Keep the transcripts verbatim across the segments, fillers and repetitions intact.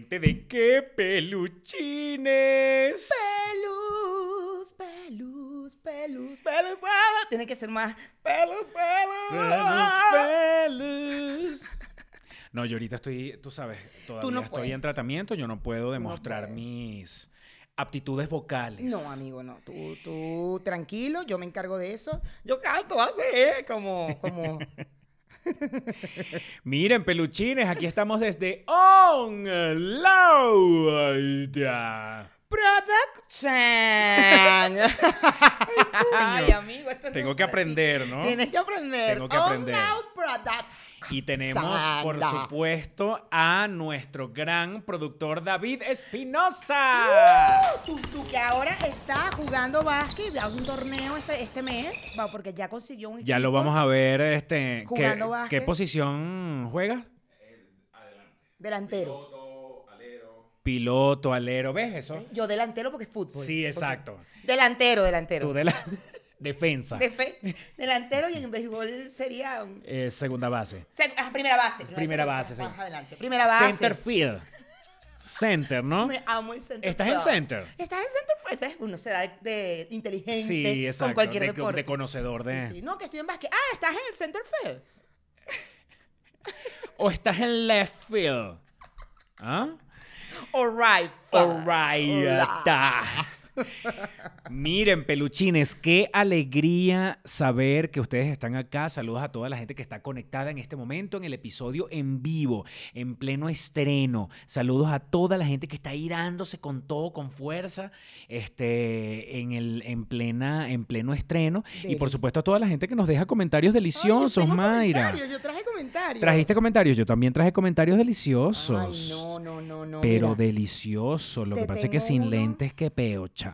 pendiente de qué peluchines. Pelus, pelus, pelus, pelus, pelus. Tiene que ser más pelus, pelus. Pelus, pelus. No, yo ahorita estoy, tú sabes, todavía Tú no estoy puedes. en tratamiento. Yo no puedo demostrar puedes. mis aptitudes vocales. No, amigo, no. Tú, tú tranquilo, yo me encargo de eso. Yo canto así, ¿eh? Como, como... Miren, peluchines, aquí estamos desde Online Production. Ay, amigo, esto no Tengo es que para ti. aprender, ¿no? Tienes que aprender. Tengo que aprender. On Loud Production. Y tenemos, por Sanda. supuesto, a nuestro gran productor David Espinosa. Tú, tú que ahora está jugando básquet, va a un torneo este, este mes, va, porque ya consiguió un Ya equipo. lo vamos a ver. Este, ¿qué, Jugando básquet. ¿Qué posición juegas? Delantero. Piloto, alero, ¿ves eso? Yo delantero porque es fútbol. Sí, Porque- exacto. Delantero, delantero. Tú de la defensa. Defe- delantero y en béisbol sería un... Eh, segunda base. Se- ah, primera base. Es primera No, base, sí. más adelante. Primera base. Center field. Center, ¿no? Me amo el center. ¿Estás en field. center? Estás en center field. ¿Ves? Uno se da de, de inteligente Sí, exacto. con cualquier de, deporte. de conocedor de... Sí, sí. No, que estoy en básquet. Ah, estás en el center field. O estás en left field. ¿Ah? All right. All right. ta. Miren, peluchines, qué alegría saber que ustedes están acá. Saludos a toda la gente que está conectada en este momento en el episodio en vivo, en pleno estreno. Saludos a toda la gente que está ahí dándose con todo, con fuerza, este, en el en plena en pleno estreno. Deli. Y por supuesto a toda la gente que nos deja comentarios Ay, yo deliciosos, tengo Mayra. comentarios, Yo traje comentarios. ¿Trajiste comentarios? Yo también traje comentarios deliciosos. Ay, no, no, no, no. Pero mira. delicioso. Lo te que pasa es que tengo sin uno. lentes, qué peo, chamo.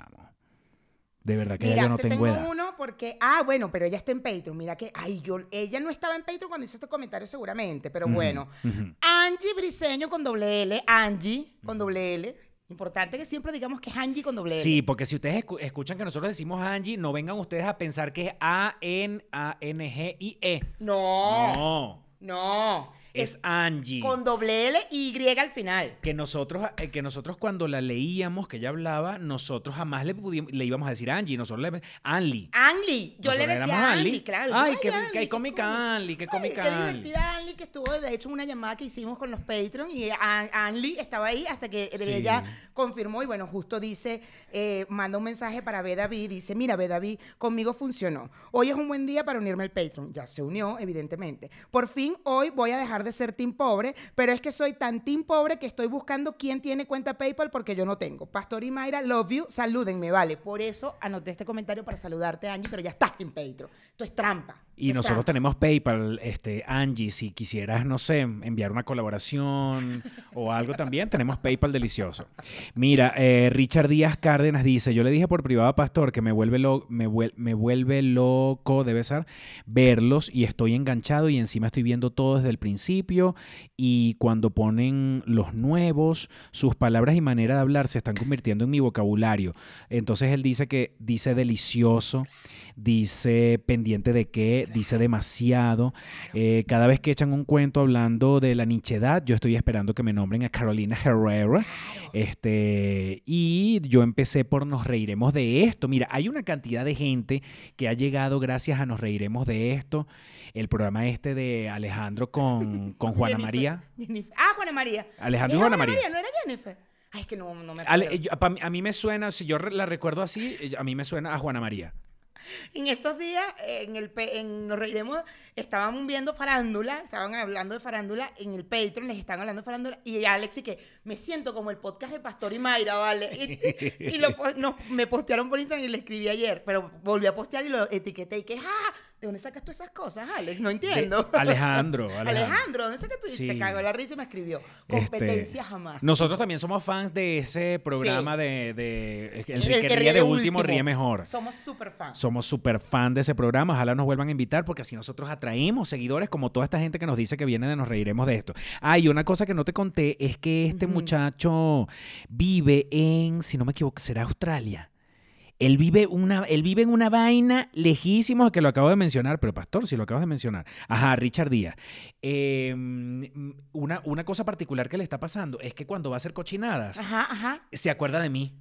De verdad que Mira, ya yo no te tengo tengo edad. uno porque, ah, bueno, pero ella está en Patreon. Mira que, ay, yo, ella no estaba en Patreon cuando hizo este comentario seguramente, pero Ujú, bueno. ujú. Angie Briseño con doble L, Angie con doble L. Importante que siempre digamos que es Angie con doble L. Sí, porque si ustedes escu- escuchan que nosotros decimos Angie, no vengan ustedes a pensar que es A N A N G I E. No, No, no. es Angie. con doble L y Y al final. Que nosotros, eh, que nosotros cuando la leíamos, que ella hablaba, nosotros jamás le, pudimos, le íbamos a decir Angie, nosotros le Anli. Anli, yo Nosotros le éramos decía Anli. Anli, claro. Ay, Yo, qué- Anli, qué cómica cool. Anli, qué Ay, cómica qué Anli. divertida Anli, que estuvo, de hecho, una llamada que hicimos con los Patreon y An- Anli estaba ahí hasta que Sí. ella confirmó y bueno, justo dice, eh, manda un mensaje para B. David, dice, mira, B. David, conmigo funcionó. Hoy es un buen día para unirme al Patreon. Ya se unió, evidentemente. Por fin, hoy voy a dejar de ser team pobre, pero es que soy tan team pobre que estoy buscando quién tiene cuenta PayPal porque yo no tengo. Pastor y Mayra, love you, salúdenme, vale. Por eso anoté este comentario para saludarte, Angie, pero ya estás en Patreon. Esto es trampa. Y es nosotros trampa. tenemos PayPal, este, Angie, si quisieras, no sé, enviar una colaboración o algo también, tenemos PayPal delicioso. Mira, eh, Richard Díaz Cárdenas dice, yo le dije por privado a Pastor que me vuelve, lo, me, vuel- me vuelve loco, debe ser, verlos y estoy enganchado y encima estoy viendo todo desde el principio y cuando ponen los nuevos, sus palabras y manera de hablar se están convirtiendo en mi vocabulario. Entonces él dice que dice delicioso, dice pendiente de qué, dice demasiado. Eh, cada vez que echan un cuento hablando de la nichedad, yo estoy esperando que me nombren a Carolina Herrera. Este, y yo empecé por Nos Reiremos de Esto. Mira, hay una cantidad de gente que ha llegado gracias a Nos Reiremos de Esto. El programa este de Alejandro con, con Juana Jennifer, María. Jennifer. Ah, Juana María. Alejandro y ¿Es Juana María. ¿No era Jennifer? Ay, es que no, no me acuerdo. Ale- yo- pa- a mí me suena, si yo re- la recuerdo así, a mí me suena a Juana María. En estos días, en el pe- en Nos Reiremos, estaban viendo farándula, estaban hablando de farándula en el Patreon, les estaban hablando de farándula, y Alex y que me siento como el podcast de Pastor y Mayra, ¿vale? Y, y lo, po- no, me postearon por Instagram y le escribí ayer, pero volví a postear y lo etiqueté y que, ¡ah! ¿De dónde sacas tú esas cosas, Alex? No entiendo. De- Alejandro, Alejandro. Alejandro, ¿dónde sacas tú? Y Sí. se cagó la risa y me escribió, Este, competencia jamás. Nosotros también somos fans de ese programa Sí. de, de- El, El que, que ríe de último, ríe mejor. Somos súper fans. Somos súper fan de ese programa. Ojalá nos vuelvan a invitar porque así nosotros atraemos seguidores como toda esta gente que nos dice que viene de Nos Reiremos de Esto. Ah, y una cosa que no te conté es que este Ujú. muchacho vive en, si no me equivoco, será Australia. Él vive, una, él vive en una vaina lejísimos que lo acabo de mencionar, pero pastor, si lo acabas de mencionar. Ajá, Richard Díaz. Eh, una, una cosa particular que le está pasando es que cuando va a hacer cochinadas, Ajá, ajá. se acuerda de mí.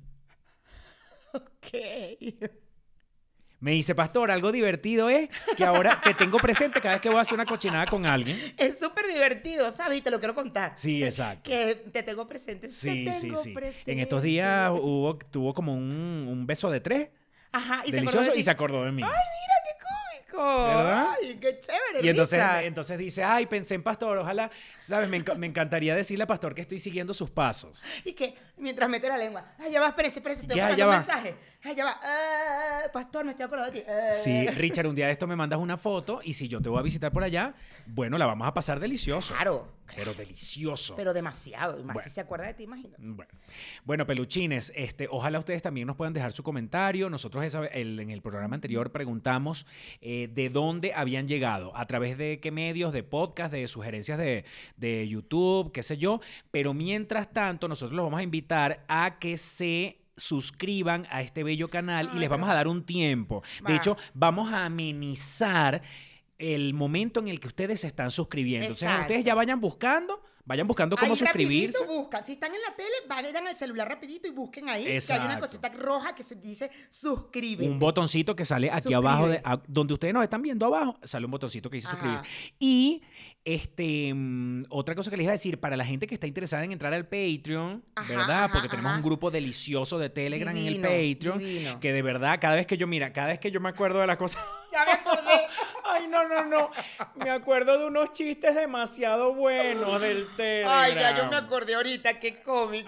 Ok. Me dice, pastor, algo divertido es que ahora te tengo presente cada vez que voy a hacer una cochinada con alguien. Es súper divertido, ¿sabes? Y te lo quiero contar. Sí, exacto. Que te tengo presente. Sí, te sí, tengo sí. presente. En estos días hubo, tuvo como un, un beso de tres, Ajá, y delicioso, se acordó de ti. y se acordó de mí. ¡Ay, mira qué cómico! ¿Verdad? ¡Ay, qué chévere, Y entonces, Richard! entonces dice, ay, pensé en pastor, ojalá, ¿sabes? Me, enc- me encantaría decirle a pastor que estoy siguiendo sus pasos. Y que mientras mete la lengua, ay, ya va, espérese, espérese, te voy Ya, a mandar ya un va. mensaje. Ay, ya va, ah, pastor, me estoy acordando de ti. Ah. Sí, Richard, un día de esto me mandas una foto y si yo te voy a visitar por allá, bueno, la vamos a pasar delicioso. Claro, Pero delicioso. pero demasiado. Y más Bueno. si se acuerda de ti, imagínate. Bueno, bueno, peluchines, este, ojalá ustedes también nos puedan dejar su comentario. Nosotros esa- el- en el programa anterior preguntamos eh, de dónde habían llegado, a través de qué medios, de podcast, de sugerencias de, de YouTube, qué sé yo. Pero mientras tanto, nosotros los vamos a invitar a que se suscriban a este bello canal Ay, y les vamos a dar un tiempo. De Va. hecho, vamos a amenizar el momento en el que ustedes se están suscribiendo. Entonces, Exacto. ustedes ya vayan buscando, vayan buscando cómo Ahí suscribirse. rapidito busca. Si están en la tele, vayan al celular rapidito y busquen ahí. Que hay una Exacto. cosita roja que se dice suscríbete. Un botoncito que sale aquí Suscribe. abajo, de, a- donde ustedes nos están viendo abajo, sale un botoncito que dice Ajá. suscribirse. Y este, mm, otra cosa que les iba a decir, para la gente que está interesada en entrar al Patreon, Ajá, ¿verdad? ajá, Porque tenemos ajá. un grupo delicioso de Telegram Divino, en el Patreon, divino. que de verdad, cada vez que yo, mira, cada vez que yo me acuerdo de las cosas... Ya me acordé. Ay, no, no, no. Me acuerdo de unos chistes demasiado buenos del Telegram. Ay, ya yo me acordé ahorita. Qué cómico.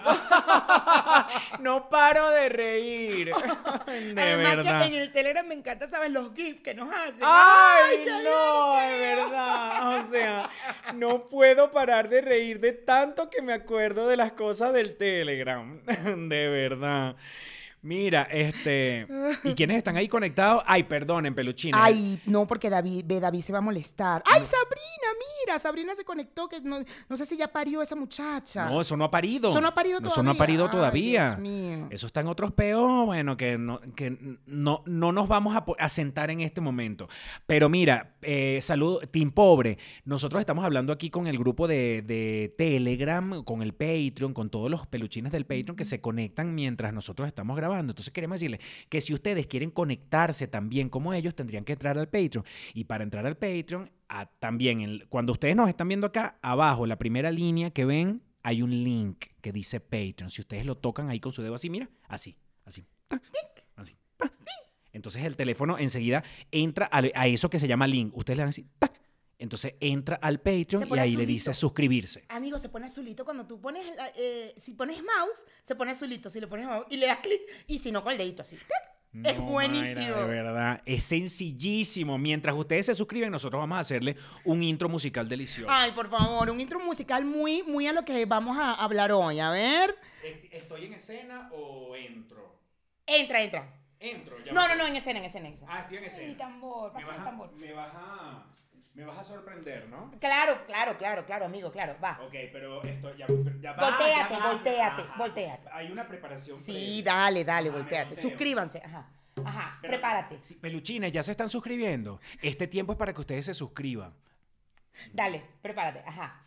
No paro de reír. De Además verdad. que en el Telegram me encanta, ¿sabes? Los GIFs que nos hacen. ¡Ay, qué no! De verdad. O sea, no puedo parar de reír de tanto que me acuerdo de las cosas del Telegram. De verdad. Mira, este... ¿Y quiénes están ahí conectados? Ay, perdonen, peluchines. Ay, no, porque David, ve, David se va a molestar. ¡Ay, Sabrina, mira! Sabrina se conectó, que no, no sé si ya parió esa muchacha. No, eso no ha parido. Eso no ha parido No, Eso no ha todavía. parido Ay, todavía. Dios mío. Eso está en otros peos, bueno, que no, que no, no nos vamos a, po- a sentar en este momento. Pero mira, eh, salud, Team Pobre. Nosotros estamos hablando aquí con el grupo de, de Telegram, con el Patreon, con todos los peluchines del Patreon que se conectan mientras nosotros estamos grabando. Entonces queremos decirles que si ustedes quieren conectarse también como ellos, tendrían que entrar al Patreon. Y para entrar al Patreon, a- también el- cuando ustedes nos están viendo acá, abajo, la primera línea que ven, hay un link que dice Patreon. Si ustedes lo tocan ahí con su dedo así, mira, así, así, ta, así, ta. Entonces el teléfono enseguida entra a, a eso que se llama link. Ustedes le dan así, tac. Entonces entra al Patreon Se y pone ahí le azulito. dice suscribirse. Amigo, se pone azulito cuando tú pones, la- eh, si pones mouse, se pone azulito. Si le pones mouse y le das clic, y si no, con el dedito así. ¡tac! Es No, buenísimo. Mayra, de verdad, es sencillísimo. Mientras ustedes se suscriben, nosotros vamos a hacerle un intro musical delicioso. Ay, por favor, un intro musical muy, muy a lo que vamos a hablar hoy. A ver. ¿Estoy en escena o entro? Entra, entra. Entro, ya. No, no, no, en escena, en escena, en escena. Ah, estoy en Ay, escena. mi tambor, Me pasa el vas, a, tambor. me, vas a, me vas a sorprender, ¿no? Claro, claro, claro, claro, amigo, claro, va. Ok, pero esto ya, ya va. Voltéate, ya va, voltéate, ajá. voltéate. Hay una preparación. Sí, previa. dale, dale, Ajá, me volteate. volteo. Suscríbanse, ajá. Ajá, Pero- prepárate. Sí, peluchines, ya se están suscribiendo. Este tiempo es para que ustedes se suscriban. Dale, prepárate, ajá.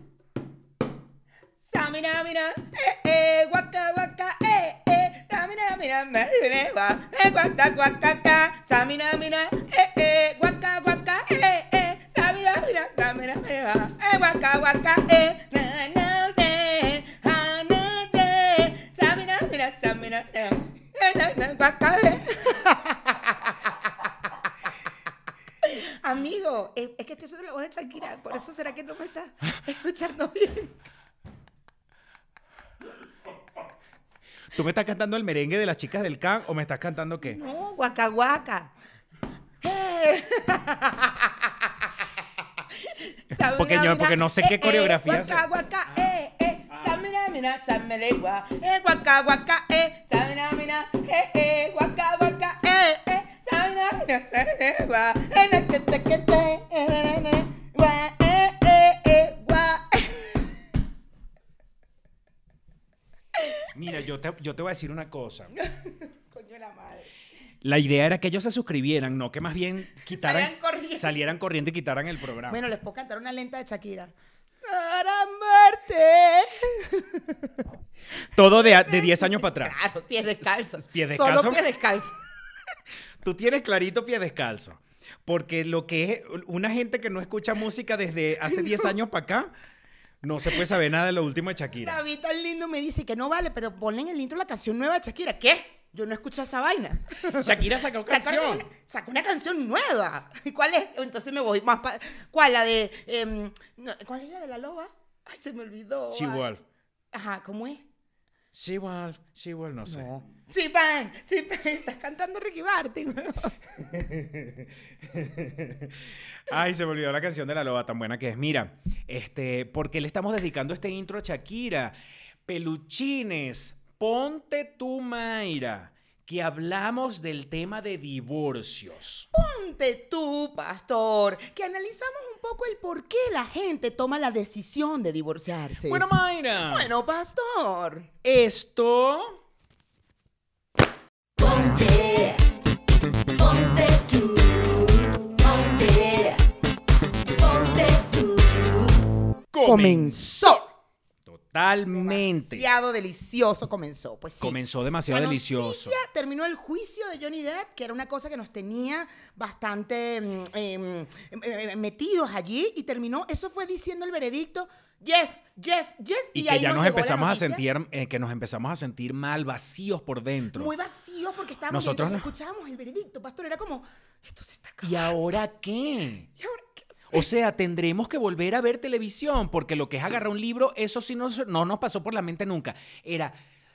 Samina, mira, eh, eh, guaca, guaca, eh, eh, samina, mira, merine, gua, eh, guaca, guaca, ca, samina, mira, eh, eh, guaca, guaca, eh, eh, samina, mira, samina, mira, eh, guaca, guaca, eh, na, na, ne, ha, na, te, samina, mira, samina, eh, eh, na, na, guaca, eh. Amigo, es, es que esto es la voz de Shakira, por eso será que no me estás escuchando bien. ¿Tú me estás cantando el merengue de las chicas del can o me estás cantando qué? No, guaca guaca. Eh. Samina, Porque yo- mira, porque no sé qué eh, coreografía eh, hacer. Guaca guaca, eh, eh. Samina, mira, samina, gua, eh, guaca guaca, eh. Samina, mira, eh, eh, guaca guaca, eh, eh. Samina, mira, samina, gua, eh, na, que te, que te, eh, na, na, na, gua, eh, eh, eh, gua. Mira, yo te, yo te voy a decir una cosa. Coño, la la madre. La idea era que ellos se suscribieran, no que más bien quitaran, Salieran corriendo. salieran corriendo y quitaran el programa. Bueno, les puedo cantar una lenta de Shakira. Para amarte. Todo de, de diez años para atrás. Claro, pies descalzos. Pies descalzos. Solo pies descalzos. Tú tienes clarito pie descalzo. Porque lo que es una gente que no escucha música desde hace diez años para acá, no se puede saber nada de lo último de Shakira. David tan lindo me dice que no vale, pero ponle en el intro la canción nueva de Shakira. ¿Qué? Yo no escucho esa vaina. Shakira sacó canción. Sacó una, sacó una canción nueva. ¿Y cuál es? Entonces me voy más para... ¿Cuál? La de... Eh, no, ¿cuál es la de la loba? Ay, se me olvidó. She Wolf. Ajá, ¿cómo es? She Wolf, She Wolf, no sé. No. Sí, pan, sí, pan. Estás cantando Ricky Martin. Ay, se me olvidó la canción de la loba tan buena que es. Mira, este, ¿por qué le estamos dedicando este intro a Shakira? Peluchines, ponte tú, Mayra, que hablamos del tema de divorcios. Ponte tú, pastor, que analizamos un poco el por qué la gente toma la decisión de divorciarse. Bueno, Mayra. Bueno, pastor. Esto... Ponte, ponte tú, ponte, ponte tú. Comenzó. Totalmente. Demasiado delicioso comenzó. Pues sí. Comenzó demasiado La delicioso. noticia terminó el juicio de Johnny Depp, que era una cosa que nos tenía bastante mm, eh, eh, metidos allí, y terminó, eso fue diciendo el veredicto, yes, yes, yes. Y, Y, que ahí ya nos llegó la empezamos a noticia. sentir, eh, que nos empezamos a sentir mal, vacíos por dentro. Muy vacío porque estábamos Nosotros mientras no- escuchábamos el veredicto, pastor, era como, esto se está acabando. ¿Y ahora qué? ¿Y ahora qué hacemos? O sea, tendremos que volver a ver televisión, porque lo que es agarrar un libro, eso sí no, no nos pasó por la mente nunca. Era,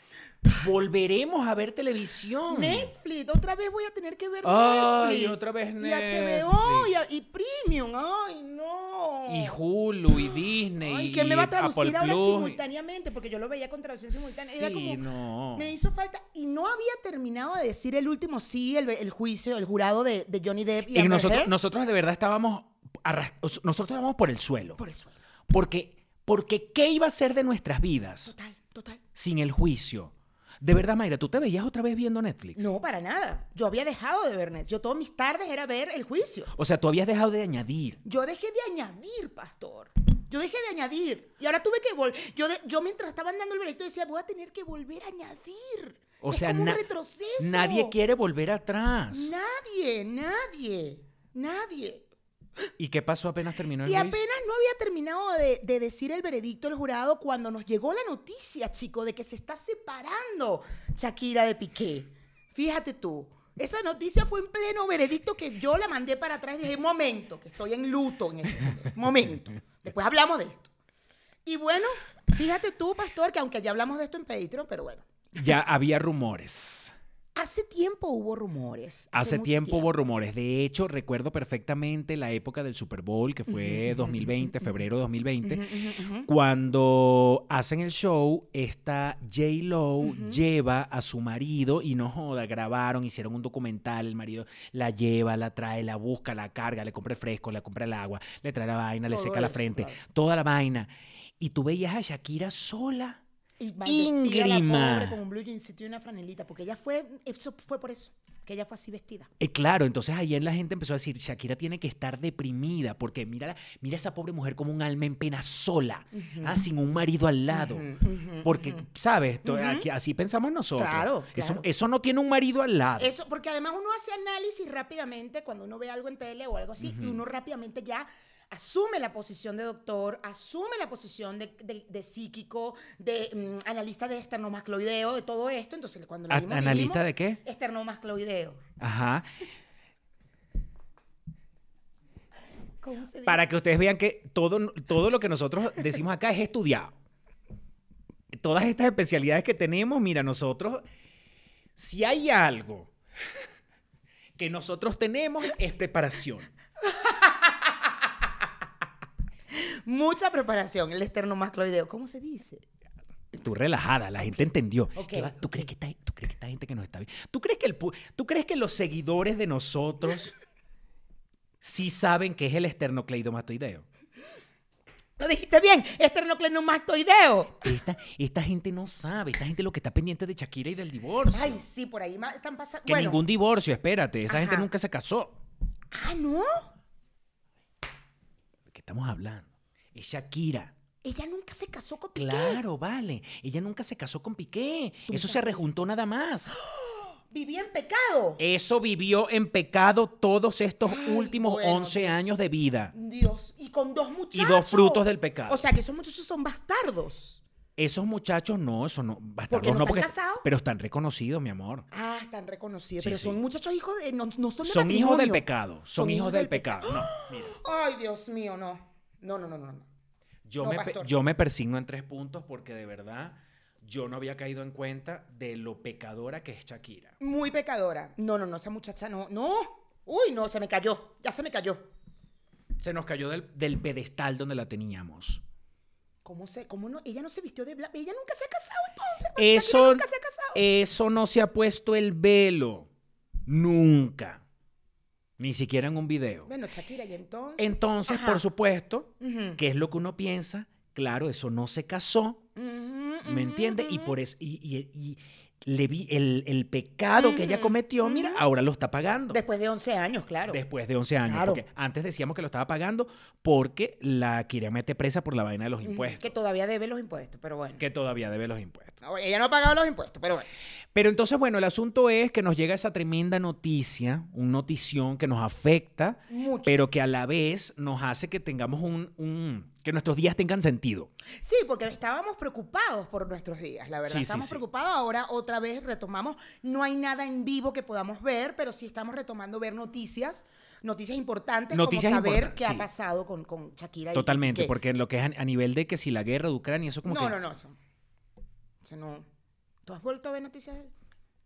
volveremos a ver televisión. Netflix, otra vez voy a tener que ver Ay, Netflix. otra vez Y H B O y, Netflix. y Premium, ay, no. Y Hulu, y Disney, Ay, ¿quién me va a y traducir Apple ahora Plus. simultáneamente? Porque yo lo veía con traducción simultánea. Era Sí, como, no. me hizo falta. Y no había terminado de decir el último sí, el, el juicio, el jurado de, de Johnny Depp y, Y Amber nosotros, Heard. nosotros de verdad estábamos, arras- nosotros estábamos por el suelo. Por el suelo. Porque, porque ¿qué iba a ser de nuestras vidas Total, total. sin el juicio? De verdad, Mayra, ¿tú te veías otra vez viendo Netflix? No, para nada. Yo había dejado de ver Netflix. Yo todas mis tardes era ver el juicio. O sea, tú habías dejado de añadir. Yo dejé de añadir, pastor. Yo dejé de añadir. Y ahora tuve que volver. Yo, de- yo mientras estaban dando el veredicto decía, voy a tener que volver a añadir. O Es sea, como un na- retroceso. nadie quiere volver atrás. Nadie, nadie, nadie. ¿Y qué pasó apenas terminó el Y juicio? apenas no había terminado de, de decir el veredicto del jurado cuando nos llegó la noticia, chico, de que se está separando Shakira de Piqué. Fíjate tú, esa noticia fue en pleno veredicto que yo la mandé para atrás y dije, momento, que estoy en luto en este momento, momento. Después hablamos de esto. Y bueno, fíjate tú, pastor, que aunque ya hablamos de esto en Patreon, pero bueno. Ya había rumores. Hace tiempo hubo rumores. Hace mucho tiempo hubo rumores. De hecho, recuerdo perfectamente la época del Super Bowl, que fue dos mil veinte, febrero de dos mil veinte, Ujú, ujú, ujú. cuando hacen el show, esta J-Lo lleva a su marido y no joda, grabaron, hicieron un documental, el marido la lleva, la trae, la busca, la carga, le compra el fresco, le compra el agua, le trae la vaina, le Todo seca la eso, frente, claro. toda la vaina. Y tú veías a Shakira sola. Y mal vestida la Íngrima. pobre con un blue jeansito y una franelita, porque ella fue, eso fue por eso, que ella fue así vestida. Eh, claro, entonces ayer la gente empezó a decir, Shakira tiene que estar deprimida, porque mira, mira esa pobre mujer como un alma en pena sola, ah, sin un marido al lado. Ujú, ujú, Porque, ujú. ¿sabes? To- Ujú. aquí- así pensamos nosotros. Claro, Eso, claro. eso no tiene un marido al lado. Eso, porque además uno hace análisis rápidamente cuando uno ve algo en tele o algo así, y uno rápidamente ya asume la posición de doctor, asume la posición de, de- de psíquico, de mm, analista de esternomascloideo, de todo esto. Entonces, cuando lo A- vimos, ¿Analista dijimos, de qué? esternomascloideo. Ajá. ¿Cómo se dice? Para que ustedes vean que todo, todo lo que nosotros decimos acá es estudiado. Todas estas especialidades que tenemos, mira, nosotros, si hay algo que nosotros tenemos es preparación. Mucha preparación, el esternomascloideo. ¿Cómo se dice? Tú relajada, la gente entendió. Ok, ¿Qué va? ¿Tú, ok. crees que esta, ¿Tú crees que esta gente que nos está viendo? ¿Tú crees que, el, pu- ¿Tú crees que los seguidores de nosotros sí saben qué es el esternocleidomatoideo? ¿Lo dijiste bien? Esternocleidomastoideo. Esta, esta gente no sabe. Esta gente lo que está pendiente de Shakira y del divorcio. Ay, sí, por ahí ma- están pasando. que bueno. ningún divorcio, espérate. Esa gente Ajá. nunca se casó. Ah, ¿no? ¿De qué estamos hablando? Es Shakira. Ella nunca se casó con Piqué. Claro, vale. Ella nunca se casó con Piqué. Tú Eso se sabes. rejuntó nada más. Vivía en pecado. Eso vivió en pecado todos estos Ay, últimos bueno, once Dios. años de vida. Dios, y con dos muchachos. Y dos frutos del pecado. O sea, que esos muchachos son bastardos. Esos muchachos no, eso no. Bastardos no no, están casados? pero están reconocidos, mi amor. Ah, están reconocidos. Sí, pero sí. son muchachos hijos de... No, no son de Son hijos del matrimonio. pecado. Son, hijos del pecado. No, mira. Ay, Dios mío, no. No, no, no, no. no. Yo, No, me, pe- pastor. yo me persigno en tres puntos porque de verdad yo no había caído en cuenta de lo pecadora que es Shakira. Muy pecadora. No, no, no, esa muchacha no. No. Uy, no, se me cayó. Ya se me cayó. Se nos cayó del, del pedestal donde la teníamos. ¿Cómo se, cómo no? Ella no se vistió de blanco. Ella nunca se ha casado entonces. Eso, Shakira nunca se ha casado. eso no se ha puesto el velo. Nunca. Ni siquiera en un video. Bueno, Shakira, y entonces. Entonces, Ajá. por supuesto, Ujú. ¿qué es lo que uno piensa? Claro, eso no se casó, Ujú, ¿me ujú, entiendes? Y ujú. por eso, y, y- y le vi el, el pecado que ella Ujú, cometió, mira, ujú. ahora lo está pagando. Después de once años, claro. Después de once años. Claro. Porque antes decíamos que lo estaba pagando porque la quería meter presa por la vaina de los Ujú, impuestos. Que todavía debe los impuestos, pero bueno. Que todavía debe los impuestos. No, ella no ha pagado los impuestos, pero bueno. Pero entonces, bueno, el asunto es que nos llega esa tremenda noticia, un notición que nos afecta, Mucho. pero que a la vez nos hace que tengamos un, un- que nuestros días tengan sentido. Sí, porque estábamos preocupados por nuestros días, la verdad. Sí, sí, estamos sí. preocupados. Ahora otra vez retomamos. No hay nada en vivo que podamos ver, pero sí estamos retomando ver noticias, noticias importantes, Noticias como saber importantes, qué sí. ha pasado con, con Shakira. y- Totalmente, y qué. porque en lo que es a, a nivel de que si la guerra de Ucrania, eso como No, que... no, no, eso. Eso no. ¿Tú has vuelto a ver noticias? de-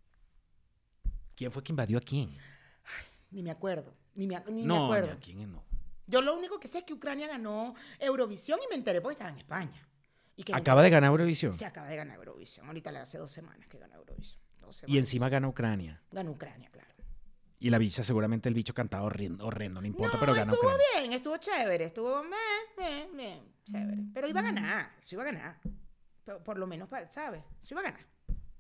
¿Quién fue que invadió a quién? Ni me acuerdo. Ni me, ni me No, acuerdo. ni a quién no. Yo lo único que sé es que Ucrania ganó Eurovisión y me enteré porque estaba en España. Y que me Acaba de enteré- ganar Eurovisión. Se acaba de ganar Eurovisión. Ahorita le hace dos semanas que ganó Eurovisión. Dos Y semanas. encima gana Ucrania. Ganó Ucrania, claro. Y la bicha, seguramente el bicho cantaba horrendo, horrendo, no importa, No, pero gana estuvo Ucrania. bien, estuvo chévere, estuvo meh, meh, meh, chévere. Pero iba a ganar, eso iba a ganar. Por, por lo menos, pa- ¿sabes? Eso iba a ganar.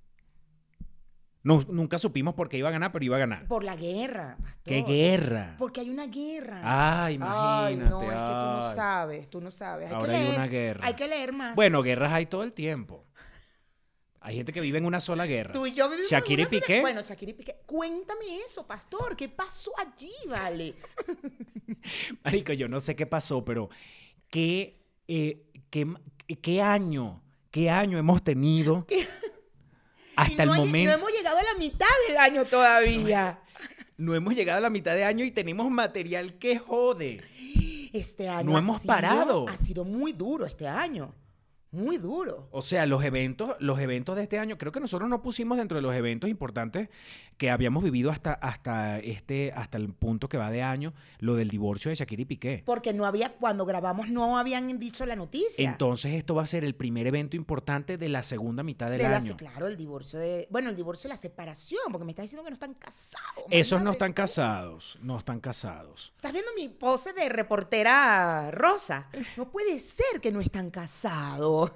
No, nunca supimos por qué iba a ganar, pero iba a ganar. Por la guerra, pastor. ¡Qué guerra! Porque hay una guerra. Ay, Ay, imagínate. no, es que tú no ay. sabes, tú no sabes. Hay Ahora que hay leer, una guerra. Hay que leer más. Bueno, guerras hay todo el tiempo. Hay gente que vive en una sola guerra. Tú y yo vivimos Shakira y en una sola- Piqué. Bueno, Shakira y Piqué. Cuéntame eso, pastor. ¿Qué pasó allí, vale? Marico, yo no sé qué pasó, pero qué, eh, qué, qué año, qué año hemos tenido hasta Y no el hay- momento. No hemos llegado a la mitad del año todavía. No hemos llegado a la mitad de año y tenemos material que jode. Este año No ha hemos sido- parado. Ha sido muy duro este año. Muy duro. O sea, los eventos, los eventos de este año, creo que nosotros no pusimos dentro de los eventos importantes que habíamos vivido hasta, hasta, este, hasta el punto que va de año, lo del divorcio de Shakira y Piqué. Porque no había, cuando grabamos no habían dicho la noticia. Entonces esto va a ser el primer evento importante de la segunda mitad del De la- año. claro, el divorcio de... Bueno, el divorcio de la separación, porque me estás diciendo que no están casados. Esos no imagínate están tú. casados, no están casados. ¿Estás viendo mi pose de reportera rosa? No puede ser que no están casados.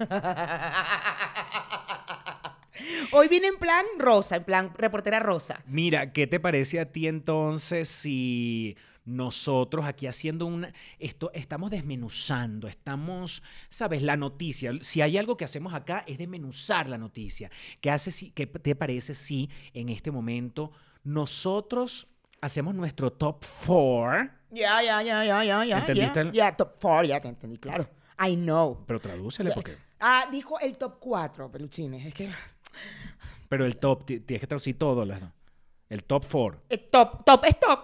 Hoy viene en plan rosa, en plan reportera rosa. Mira, ¿qué te parece a ti entonces si nosotros aquí haciendo una... Esto, estamos desmenuzando, estamos, ¿sabes? La noticia. Si hay algo que hacemos acá es desmenuzar la noticia. ¿Qué, hace, si, ¿Qué te parece si en este momento nosotros hacemos nuestro top four? Ya, ya, ya, ya, ya, ya. ¿Entendiste Ya, el- ya, top four, ya te entendí, claro. I know. Pero tradúcele porque... Ah, dijo el top cuatro, peluchines. Es que... Pero el top, ti- tienes que traducir todo. las- El top four. Es top, top, es top.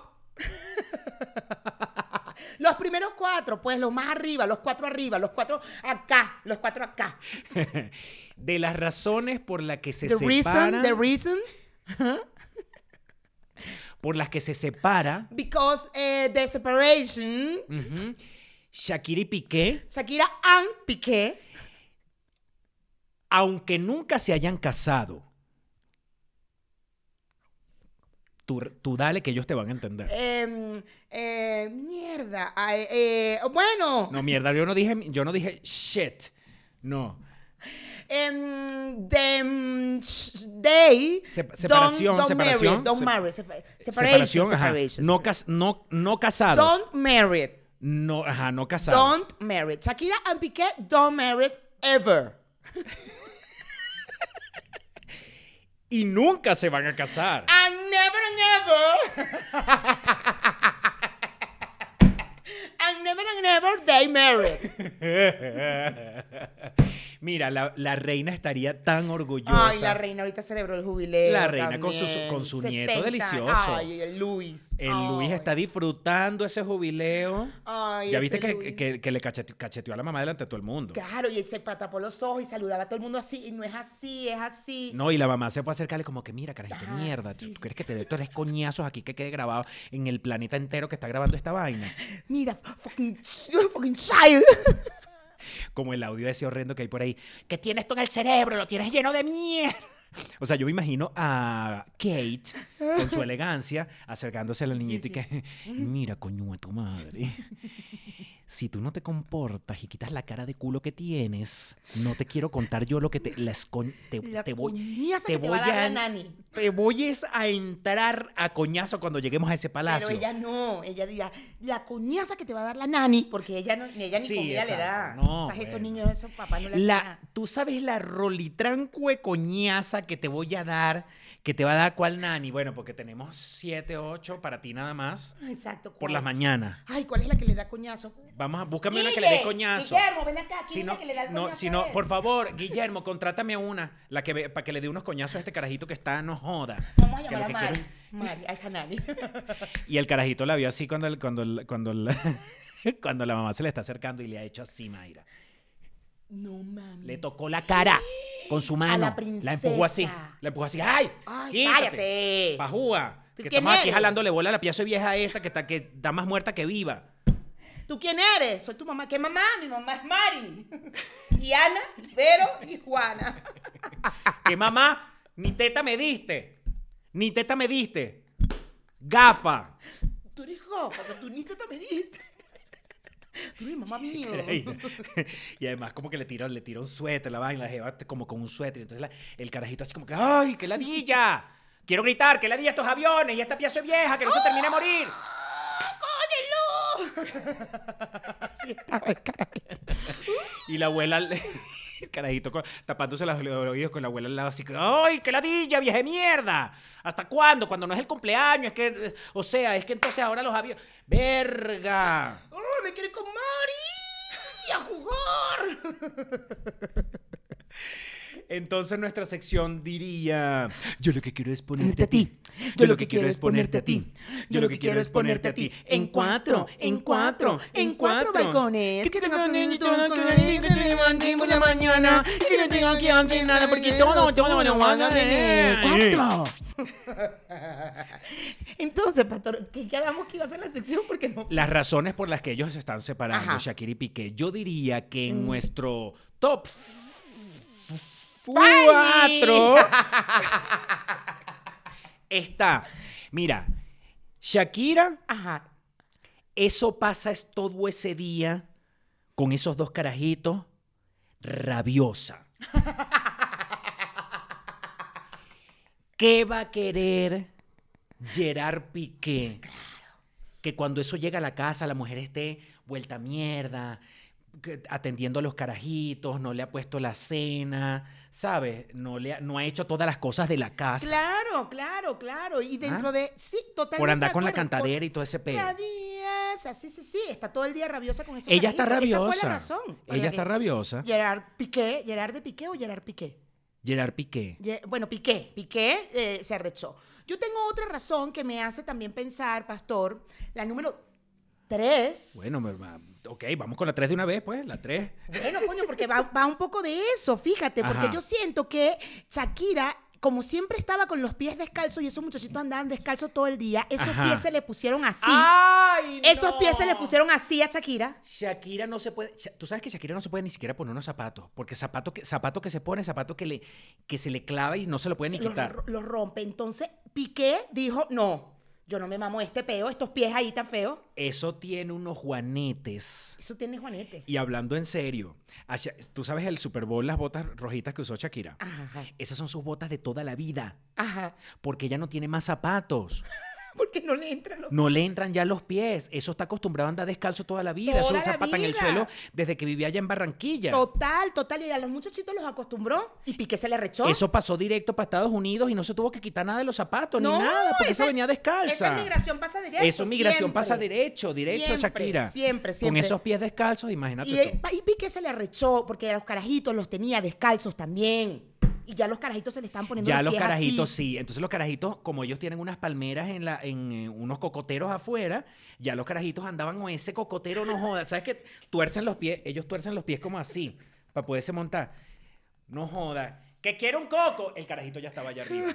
Los primeros cuatro, pues los más arriba, los cuatro arriba, los cuatro acá, los cuatro acá. De las razones por las que se The separan... reason, the reason, por las que se separa because eh, the separation, ujú, Shakira y Piqué, Shakira and Piqué, aunque nunca se hayan casado, Tú, tú dale que ellos te van a entender. Eh, eh, mierda. Ay, eh, bueno. No, mierda, yo no dije, yo no dije shit. No. Em, them, sh- they Sep- separación, don't, don't separación, marry, don't sep- marry, sepa- separation, Separación, ajá. separation, No, separation. cas, no, no casados. Don't marry, No, ajá, no casados. don't marry. Shakira and Piqué don't marry ever. Y nunca se van a casar. And never and ever. And never and ever they marry. Mira, la, la reina estaría tan orgullosa. Ay, la reina ahorita celebró el jubileo. La reina con su- también. con su nieto setenta. delicioso. Ay, el Luis. El Ay. Luis está disfrutando ese jubileo. Ay, Ya ese viste que, Luis. que, que le cacheteó, cacheteó a la mamá delante de todo el mundo. Claro, y él se tapó los ojos y saludaba a todo el mundo así. Y no es así, es así. No, y la mamá se fue a acercarle como que, mira, carajito, Ajá, mierda. sí, ¿Tú, sí. tú quieres que te dé tres coñazos aquí que quede grabado en el planeta entero que está grabando esta vaina? Mira, fucking, fucking child. Como el audio ese horrendo que hay por ahí. Que tienes tú en el cerebro, lo tienes lleno de mierda. O sea, yo me imagino a Kate, con su elegancia, acercándose al niñito sí. y que, mira, coño, a tu madre. Si tú no te comportas y quitas la cara de culo que tienes, no te quiero contar yo lo que te... Las con- te, La te voy, coñaza te que te va voy a dar a- la nani. te voy es a entrar a coñazo cuando lleguemos a ese palacio. Pero ella no, ella dirá, la coñaza que te va a dar la nani, porque ella, no, ni ella ni Sí, comida le da. exacto. No, o sea, esos bueno. niños, esos papás no le hacen La, nada. tú sabes la rolitrancue coñaza que te voy a dar, que te va a dar cuál nani. Bueno, porque tenemos siete, ocho para ti nada más Exacto. por ¿cuál? las mañañas. Ay, ¿cuál es la que le da coñazo? Vamos a búscame una que Guille, le dé coñazo. Guillermo, ven acá, ¿quién Si es no, la que le da el no, coñazo si a no, él? por favor, Guillermo, contrátame a una, la que ve- para que le dé unos coñazos a este carajito que está no joda. Vamos a Que llamar lo a que Mari. quiere- Mari, a esa nani. Y el carajito la vio así cuando el- cuando el- cuando el- cuando la mamá se le está acercando y le ha hecho así, Mayra. No mames. Le tocó la cara con su mano. la princesa. empujó así. La empujó así. ¡Ay! Ay, quítate, cállate. Pajúa. ¿Tú Que quién estamos aquí eres? jalándole bola a la pieza vieja esta que está, que está más muerta que viva. ¿Tú quién eres? Soy tu mamá. ¿Qué mamá? Mi mamá es Mari. Y Ana, Vero y Juana. Que mamá, ni teta me diste. Ni teta me diste. Gafa. Tú eres gofa, que tú ni te me diste. Tú eres mamá mío. Y además como que le tiró, le tiró un suéter, la vaina, la jeva como con un suéter. Entonces la- el carajito así como que, ¡ay, qué ladilla! Quiero gritar, qué ladilla estos aviones y esta pieza vieja, que no se termine de morir. Así estaba el carajito. Y la abuela, el carajito con- tapándose los oídos con la abuela al lado así que, ¡ay, qué ladilla, vieja de mierda! ¿Hasta cuándo? Cuando no es el cumpleaños, es que, eh, o sea, es que entonces ahora los aviones... ¡Verga! ¡Oh, me quiere con Mari! ¡A jugar! Entonces nuestra sección diría, yo lo que quiero es ponerte Ponerte a ti. Yo lo que quiero es ponerte a ti. Yo lo que quiero es ponerte a ti. En cuatro, en cuatro, en cuatro balcones. Que tengo fritos con que te levanten por la mañana. Que no tengo que hacer nada porque todo, todo lo vas a tener. ¡Cuatro! Entonces, pastor, ¿qué quedamos que iba a ser la sección? Porque no... Las razones por las que ellos se están separando, Ajá. Shakira y Piqué. Yo diría que en Mm. nuestro top cuatro está, mira, Shakira, Ajá. eso pasa es todo ese día con esos dos carajitos, rabiosa. ¿Qué va a querer Gerard Piqué? Que cuando eso llega a la casa, la mujer esté vuelta a mierda, que- atendiendo a los carajitos, no le ha puesto la cena, ¿sabes? No, le ha, no ha hecho todas las cosas de la casa Claro, claro, claro. Y dentro Ah. de... Sí, totalmente por andar de con la acuerdo, por- cantadera y todo ese pedo. Rabiosa, sí, sí, sí. Está todo el día rabiosa con esos Ella está carajitos. rabiosa. Esa fue la razón. por la Ella que está rabiosa. Gerard Piqué, ¿Gerard de Piqué o Gerard Piqué? Gerard Piqué. Ye- Bueno, Piqué, Piqué eh, se arrechó. Yo tengo otra razón que me hace también pensar, pastor, la número tres. Bueno, me- ma- ok, vamos con la tres de una vez, pues, la tres. Bueno, coño, porque va, va un poco de eso, fíjate, porque Ajá. yo siento que Shakira como siempre estaba con los pies descalzos y esos muchachitos andaban descalzos todo el día, esos Ajá. pies se le pusieron así. ¡Ay, Esos no! pies se le pusieron así a Shakira. Shakira no se puede. Sha- Tú sabes que Shakira no se puede ni siquiera poner unos zapatos. Porque zapato que, zapato que se pone, zapato que, le, que se le clava y no se lo puede ni Se los, quitar. los rompe. Entonces Piqué dijo, no, yo no me mamo este peo, estos pies ahí tan feos. Eso tiene unos juanetes. Eso tiene Juanete. Y hablando en serio, a Sha- tú sabes el Super Bowl, las botas rojitas que usó Shakira. Ajá, ajá. Esas son sus botas de toda la vida. Ajá. Porque ella no tiene más zapatos. Porque no le entran los... No le entran ya los pies. Eso está acostumbrado a andar descalzo toda la vida. Toda Eso se la pata en el vida. suelo desde que vivía allá en Barranquilla. Total, total. Y a los muchachitos los acostumbró y Piqué se le rechó. Eso pasó directo para Estados Unidos y no se tuvo que quitar nada de los zapatos No, ni nada, porque esa- eso venía descalza. Esa migración pasa derecho. Eso migración siempre. pasa derecho, derecho, Siempre, Shakira. Siempre, siempre. Con esos pies descalzos, imagínate Y, tú. y Piqué se le arrechó porque a los carajitos los tenía descalzos también. Y ya los carajitos se le están poniendo Ya los los pies carajitos así. sí. Entonces los carajitos, como ellos tienen unas palmeras en, la, en eh, unos cocoteros afuera, ya los carajitos andaban con ese cocotero, no joda. ¿Sabes qué? Tuercen los pies, ellos tuercen los pies como así, para poderse montar. No joda. ¿Que quiere un coco? El carajito ya estaba allá arriba.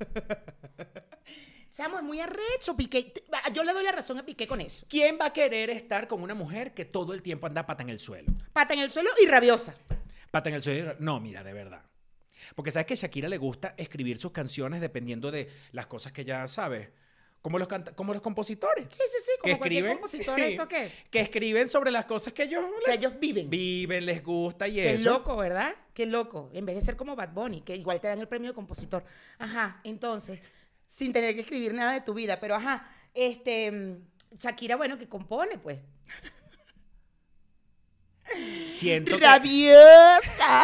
Chamo, es muy arrecho, Piqué. Yo le doy la razón a Piqué con eso. ¿Quién va a querer estar con una mujer que todo el tiempo anda pata en el suelo? Pata en el suelo y rabiosa. Pata en el suelo. y- No, mira, de verdad. Porque sabes que a Shakira le gusta escribir sus canciones dependiendo de las cosas que ella sabe. Como los, canta- como los compositores. Sí, sí, sí, como que cualquier escriben, compositor, sí, ¿esto qué? que escriben sobre las cosas que ellos Que le- ellos viven. viven, les gusta y Qué eso. loco, ¿verdad? Qué loco. En vez de ser como Bad Bunny, que igual te dan el premio de compositor. Ajá, entonces, sin tener que escribir nada de tu vida. Pero ajá, este, mm, Shakira, bueno, que compone, pues. Siento que ¡Rabiosa!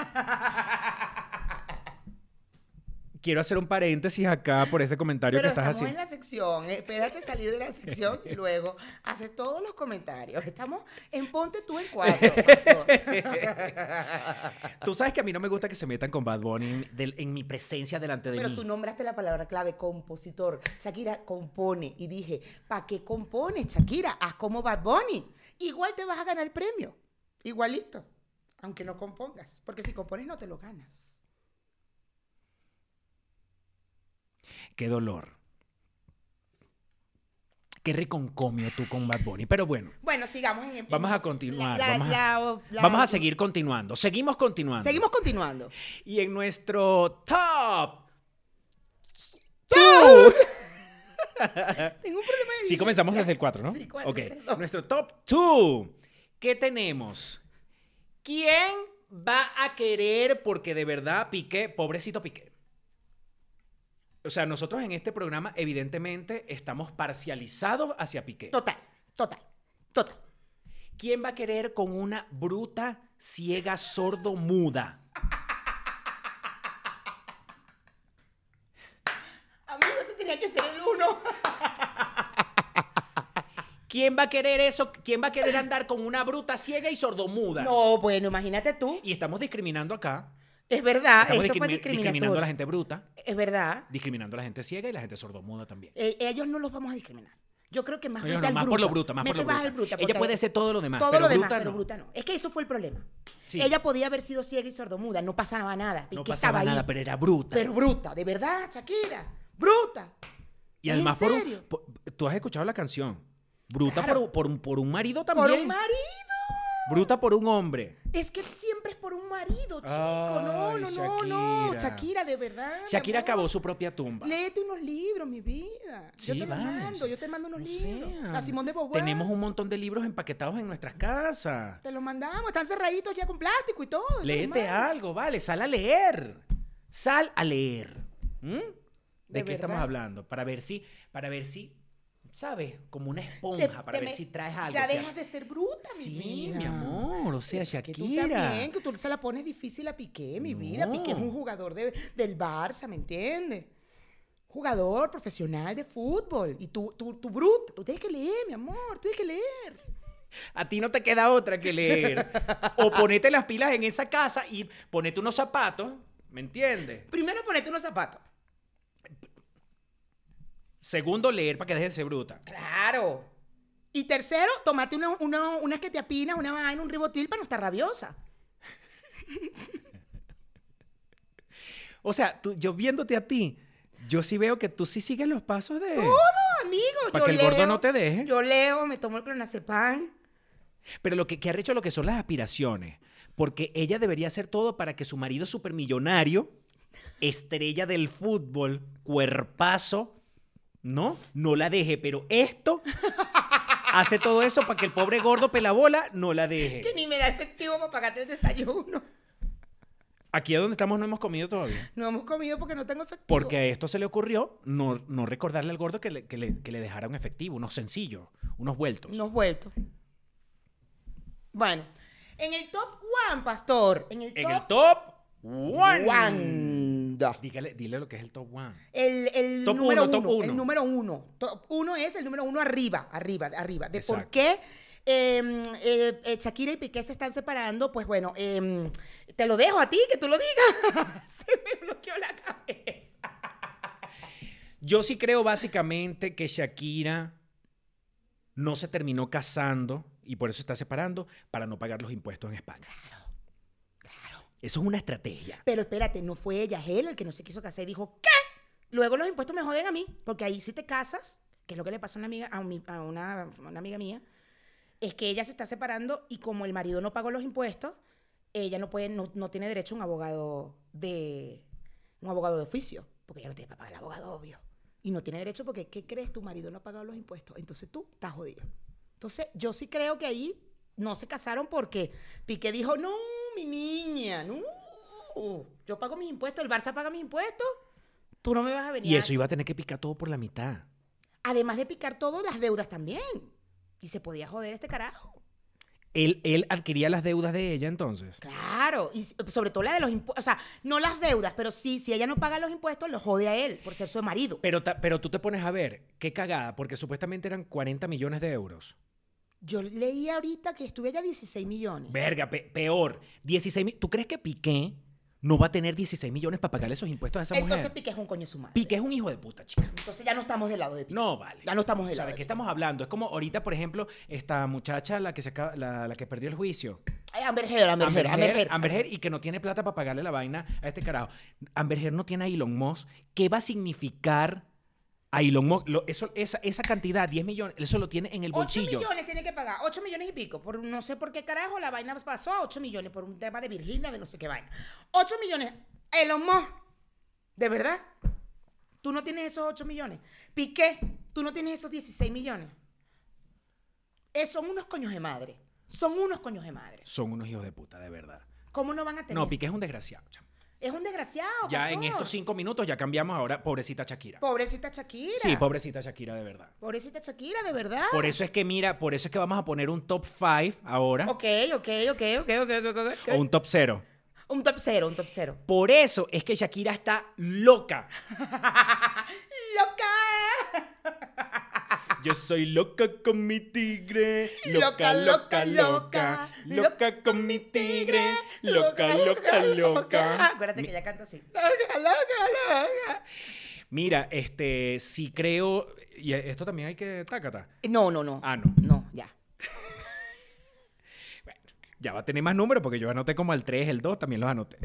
quiero hacer un paréntesis acá por ese comentario Pero que estás estamos haciendo. en la sección. eh, Espérate salir de la sección y luego haces todos los comentarios. Estamos en Ponte tú en cuatro. pastor. Tú sabes que a mí no me gusta que se metan con Bad Bunny en, del- en mi presencia delante de Pero mí. tú nombraste la palabra clave, compositor. Shakira compone. Y dije, ¿para qué compones, Shakira? Haz como Bad Bunny. Igual te vas a ganar el premio. Igualito. Aunque no compongas. Porque si compones no te lo ganas. Qué dolor. Qué reconcomio tú con Bad Bunny. Pero bueno, Bueno, sigamos en... vamos a continuar. la- vamos, a, la- la- vamos a seguir continuando. Seguimos continuando. Seguimos continuando. Y en nuestro top two. Tengo un problema de Sí, comenzamos dislexia. desde el cuatro, ¿no? Sí, cuatro, Ok. tres, dos. Nuestro top two. ¿Qué tenemos? ¿Quién va a querer? Porque de verdad, Piqué, pobrecito Piqué. O sea, nosotros en este programa, evidentemente, estamos parcializados hacia Piqué. Total, total, total. ¿Quién va a querer con una bruta, ciega, sordo, muda? Amigo, ese tenía que ser el uno. ¿Quién va a querer eso? ¿Quién va a querer andar con una bruta, ciega y sordomuda? No, bueno, imagínate tú. Y estamos discriminando acá. Es verdad, Estamos eso fue discrimi- discriminando a discriminatorio. la gente bruta, Es verdad. discriminando a la gente ciega y la gente sordomuda también. Eh, ellos no los vamos a discriminar. Yo creo que más Oye, vete no, al más bruta. por lo bruta, más por Mete lo más bruta. al bruta. Ella porque puede ahí- ser todo lo demás, todo pero lo demás, bruta pero no. bruta no. Es que eso fue el problema. Sí. Ella podía haber sido ciega y sordomuda, no pasaba nada. No Piqué pasaba estaba nada, ahí. pero era bruta. Pero bruta, de verdad, Shakira. Bruta. y ¿es además, en por un- serio? por- tú has escuchado la canción. Bruta Claro. por, por, un, por un marido también. Por un marido. Bruta por un hombre. Es que siempre es por un marido, chico. Ay, no, no, no, no. Shakira. Shakira, de verdad. mi Shakira amor. acabó su propia tumba. Léete unos libros, mi vida. yo Sí, te los vale, mando, sí. yo te mando unos O libros. sea, A Simón de Beauvoir. Tenemos un montón de libros empaquetados en nuestras casas. Te los mandamos, están cerraditos ya con plástico y todo. te los Léete mando. algo, vale. Sal a leer. Sal a leer. ¿Mm? ¿De, De qué estamos verdad. hablando? Para ver si, para ver si, ¿sabes? Como una Te- esponja, para te ver me- si traes algo. Ya o sea, dejas de ser bruta, mi sí, vida. mi amor. O sea, Que- Que tú Shakira. también, que tú se la pones difícil a Piqué, mi vida. No. Piqué es un jugador de- del Barça, ¿me entiendes? Jugador profesional de fútbol. Y tú, tú, tú bruta, tú tienes que leer, mi amor, tú tienes que leer. A ti no te queda otra que leer. O ponete las pilas en esa casa y ponete unos zapatos, ¿me entiendes? Primero ponete unos zapatos. Segundo, leer para que dejes de ser bruta. Claro. Y tercero, tomate una, una, unas que te apinas, una vaina, un ribotil para no estar rabiosa. O sea, tú, yo viéndote a ti, yo sí veo que tú sí sigues los pasos de... Todo, amigo. Para yo que el leo, gordo no te deje. Yo leo, me tomo el clonazepam. Pero lo que, que ha hecho lo que son las aspiraciones. Porque ella debería hacer todo para que su marido supermillonario, estrella del fútbol, cuerpazo, ¿no? No la deje. Pero esto hace todo eso para que el pobre gordo pelabola no la deje. Que ni me da efectivo para pagarte el desayuno. Aquí donde estamos no hemos comido todavía. No hemos comido porque no tengo efectivo. Porque a esto se le ocurrió no, no recordarle al gordo que le, que, le, que le dejara un efectivo, unos sencillos, unos vueltos. Unos vueltos. Bueno, en el top one, pastor. En el En top, el top one. one. Dígale, dile lo que es el top one. El, el Top número uno, top uno, uno. El número uno. Top uno es el número uno arriba, arriba, arriba. De por Exacto. qué eh, eh, eh, Shakira y Piqué se están separando. Pues bueno, eh, te lo dejo a ti, que tú lo digas. Se me bloqueó la cabeza. Yo sí creo básicamente que Shakira no se terminó casando y por eso se está separando para no pagar los impuestos en España. Claro, claro. Eso es una estrategia. Pero espérate, no fue ella, es él el que no se quiso casar y dijo, ¿qué? Luego los impuestos me joden a mí, porque ahí si te casas, que es lo que le pasó a una amiga, a, un- a una, a una amiga mía, es que ella se está separando y como el marido no pagó los impuestos, ella no puede, no, no tiene derecho a un abogado de un abogado de oficio, porque ella no tiene para pagar el abogado, obvio. Y no tiene derecho porque, ¿qué crees? Tu marido no ha pagado los impuestos. Entonces tú estás jodido. Entonces yo sí creo que ahí no se casaron porque Piqué dijo, no, mi niña, no. Yo pago mis impuestos, el Barça paga mis impuestos. Tú no me vas a venir Y a- eso iba a tener que picar todo por la mitad. Además de picar todo, las deudas también. Y se podía joder este carajo. Él, él adquiría las deudas de ella entonces. Claro, y s- sobre todo la de los impuestos, o sea, no las deudas, pero sí, si ella no paga los impuestos, lo jode a él por ser su marido. Pero, ta- pero tú te pones a ver, qué cagada, porque supuestamente eran cuarenta millones de euros. Yo leí ahorita que estuve allá dieciséis millones. Verga, pe- peor. dieciséis mil. ¿Tú crees que Piqué no va a tener dieciséis millones para pagarle esos impuestos a esa Entonces mujer? Piqué es un coño de su madre. Piqué es un hijo de puta, chica. Entonces ya no estamos del lado de Piqué. No, vale. Ya no estamos O del sea, lado ¿de de qué Piqué. estamos hablando? Es como ahorita, por ejemplo, esta muchacha, la que, se acaba- la, la que perdió el juicio. Ay, Amber Heard, Amber Heard, Amber Heard. Amber Heard, y que no tiene plata para pagarle la vaina a este carajo. Amber Heard no tiene a Elon Musk. ¿Qué va a significar a Elon Musk? Lo- eso, esa, esa cantidad, diez millones, eso lo tiene en el ocho bolsillo. millones tiene que pagar, ocho millones y pico. Por no sé por qué carajo la vaina pasó a ocho millones por un tema de Virginia, de no sé qué vaina. ocho millones. Elon Musk, ¿de verdad? Tú no tienes esos ocho millones. Piqué, tú no tienes esos dieciséis millones. Eh, son unos coños de madre. Son unos coños de madre. Son unos hijos de puta, de verdad. ¿Cómo no van a tener? No, Piqué es un desgraciado. chamo. Es un desgraciado. Ya en pastor. estos cinco minutos ya cambiamos ahora, pobrecita Shakira. Pobrecita Shakira. Sí, pobrecita Shakira, de verdad. Pobrecita Shakira, de verdad. Por eso es que, mira, por eso es que vamos a poner un top cinco ahora, Ok, ok, ok, ok, ok, ok, ok. o un top cero. Un top cero, un top cero. Por eso es que Shakira está loca. ¡Loca! Yo soy loca con mi tigre. Loca, loca, loca. Loca con mi tigre. Loca, loca, loca. Acuérdate Mi- que ella canta así. Loca, loca, loca. Mira, este, sí creo. Y esto también hay que. Tácata. No, no, no. Ah, no. No, ya. Ya va a tener más números porque yo anoté como el tres, el dos, también los anoté.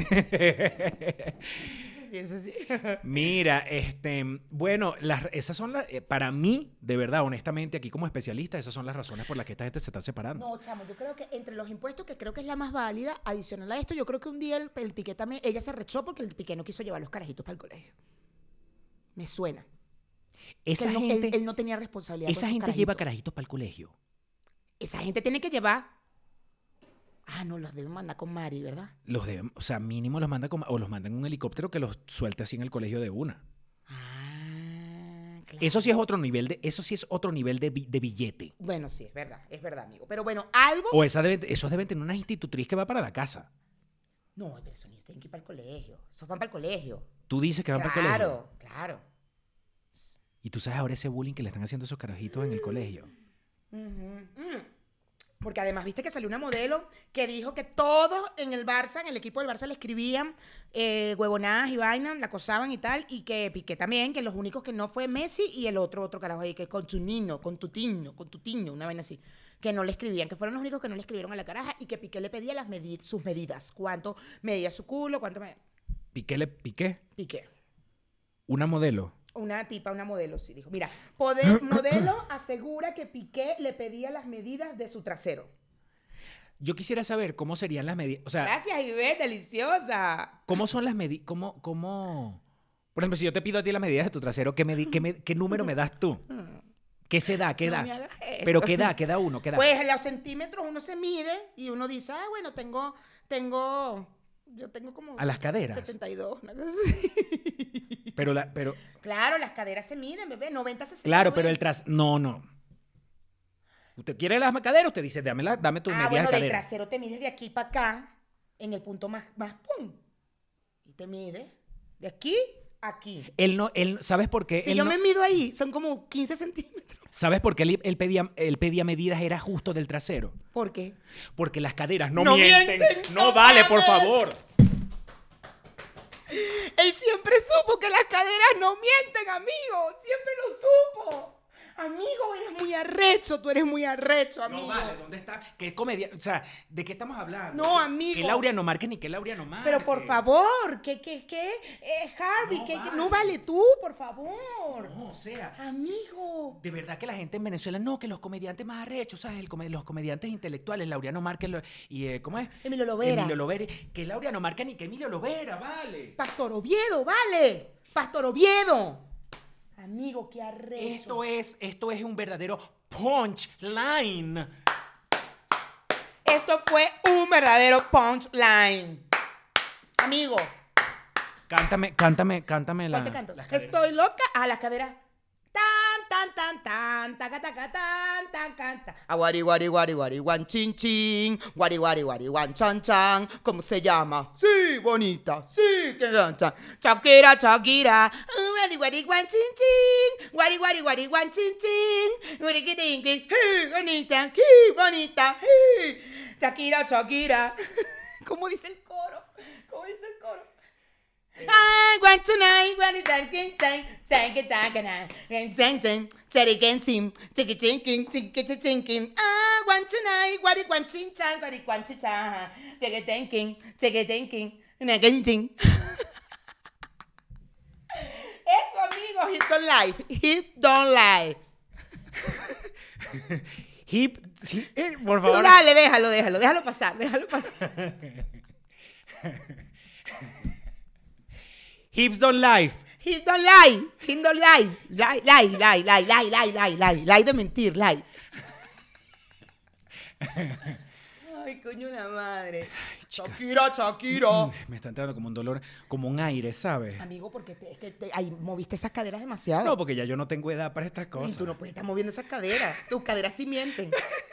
Sí, eso sí. Mira, este, bueno, las, esas son las, eh, para mí, de verdad, honestamente, aquí como especialista, esas son las razones por las que esta gente se está separando. No, chamo, yo creo que entre los impuestos, que creo que es la más válida, adicional a esto, yo creo que un día el, el Piqué también, ella se rechó porque el Piqué no quiso llevar los carajitos para el colegio. Me suena. Que Esa él, no, gente, él- él no tenía responsabilidad. esa con esos gente lleva carajitos. carajitos para el colegio. Esa gente tiene que llevar. Ah, no, los deben mandar con Mari, ¿verdad? Los deben, o sea, mínimo los manda con- o los mandan en un helicóptero que los suelte así en el colegio de una. Ah, claro. Eso sí es otro nivel de, eso sí es otro nivel de, bi- de billete. Bueno, sí, es verdad, es verdad, amigo. Pero bueno, algo. O esa debe, esos deben tener una institutriz que va para la casa. No, pero eso ni tienen que ir para el colegio. Esos van para el colegio. Tú dices que van para el colegio. Claro, claro. Y tú sabes ahora ese bullying que le están haciendo a esos carajitos en el colegio. Ujú, mm. Porque además viste que salió una modelo que dijo que todos en el Barça, en el equipo del Barça, le escribían eh, huevonadas y vainas, la acosaban y tal, y que Piqué también, que los únicos que no fue Messi y el otro, otro carajo ahí, que con tu niño, con tu tiño, con tu tiño, una vaina así, que no le escribían, que fueron los únicos que no le escribieron a la caraja y que Piqué le pedía las medi- sus medidas, cuánto medía su culo, cuánto medía. Piqué le piqué. Piqué. Una modelo. Una tipa, una modelo, sí, dijo. Mira, poder, modelo asegura que Piqué le pedía las medidas de su trasero. Yo quisiera saber cómo serían las medidas. O sea, Gracias, Ivette, deliciosa. ¿cómo son las medidas? ¿Cómo, cómo? Por ejemplo, si yo te pido a ti las medidas de tu trasero, ¿qué, medi- qué, me- qué número me das tú? ¿Qué se da? ¿Qué No da? me hagas esto. Pero ¿qué da? ¿Qué da uno? ¿Qué da? Pues en los centímetros uno se mide y uno dice, ah, bueno, tengo, tengo, yo tengo como... ¿A las caderas? setenta y dos, una cosa así. Pero, la, pero, Claro, las caderas se miden, bebé, noventa, sesenta. claro, pero el noventa. tras... No, no. ¿Usted quiere las caderas? Usted dice, dame, la, dame tus Ah, medidas bueno, de del cadera. trasero te mides de aquí para acá, en el punto más, más pum. Y te mides de aquí a aquí. Él no, él, ¿sabes por qué? Si Él yo no- me mido ahí, son como quince centímetros. ¿Sabes por qué él, él pedía, él pedía medidas? Era justo del trasero. ¿Por qué? Porque las caderas no, No mienten. mienten, No, no vale, por mames. favor. Él siempre supo que las caderas no mienten, amigo. Siempre lo supo. Amigo, eres muy arrecho. Tú eres muy arrecho, amigo. No vale, ¿dónde está? ¿Qué comedia? O sea, ¿de qué estamos hablando? No, Que- amigo. Que Lauria no marque ni que Lauria no marque. Pero por favor, ¿qué, qué, qué? Eh, Harvey, No ¿qué, qué? vale. No vale tú, por favor. No, o sea, Amigo. de verdad que la gente en Venezuela, no, que los comediantes más arrechos, ¿sabes? El come- los comediantes intelectuales, Laureano Márquez lo- y, eh, ¿cómo es? Emilio Lovera. Emilio Lovera. Que Lauria no marca ni que Emilio Lovera, vale. Pastor Oviedo, vale. Pastor Oviedo. Amigo, qué arrecho. Esto es, esto es un verdadero punchline. Esto fue un verdadero punchline. Amigo, Cántame, cántame, cántame la. ¿cuál te canto? las caderas. Estoy loca. A las caderas. Tan, tan, tan, tan, taca, taca, tan, tan, canta. A guari, guari, guari, guari, guan, chin, chin. Guari, guari, guari, guan, chan, chan. ¿Cómo se llama? Sí, bonita. Sí, que canta. Shakira, Shakira. Uh, Guari, guari, guan, chin, chin. Guari, guari, guari, guan, chin, chin. Guari, guari, guari, hey, bonita. Hey, bonita. Hey. Shakira, Shakira. ¿Cómo dice el coro? ¿Cómo dice el coro? I want tonight, want it done, can sang, sang it, sang it, and sang, sang, say it again, sing, tick it, tinking, tick it, tinking. I want tonight, what it want, ching, chang, what it want, ching, chang, tick it, tinking, tick it, tinking, and again, ting. Eso, amigos, hit don't lie, hit don't lie. Hip, sí, eh, por Tú favor. dale, déjalo, déjalo, déjalo pasar, déjalo pasar. Hips don't lie. Hit don't lie, hit don't lie, lie, lie, lie, lie, lie, lie, lie, lie, lie de mentir, lie. Ay, coño la madre. Shakira, Shakira. Me está entrando como un dolor, como un aire, ¿sabes? Amigo, porque te- es que te- ay, moviste esas caderas demasiado. No, porque ya yo no tengo edad para estas y cosas. tú no puedes estar moviendo esas caderas. Tus caderas sí mienten.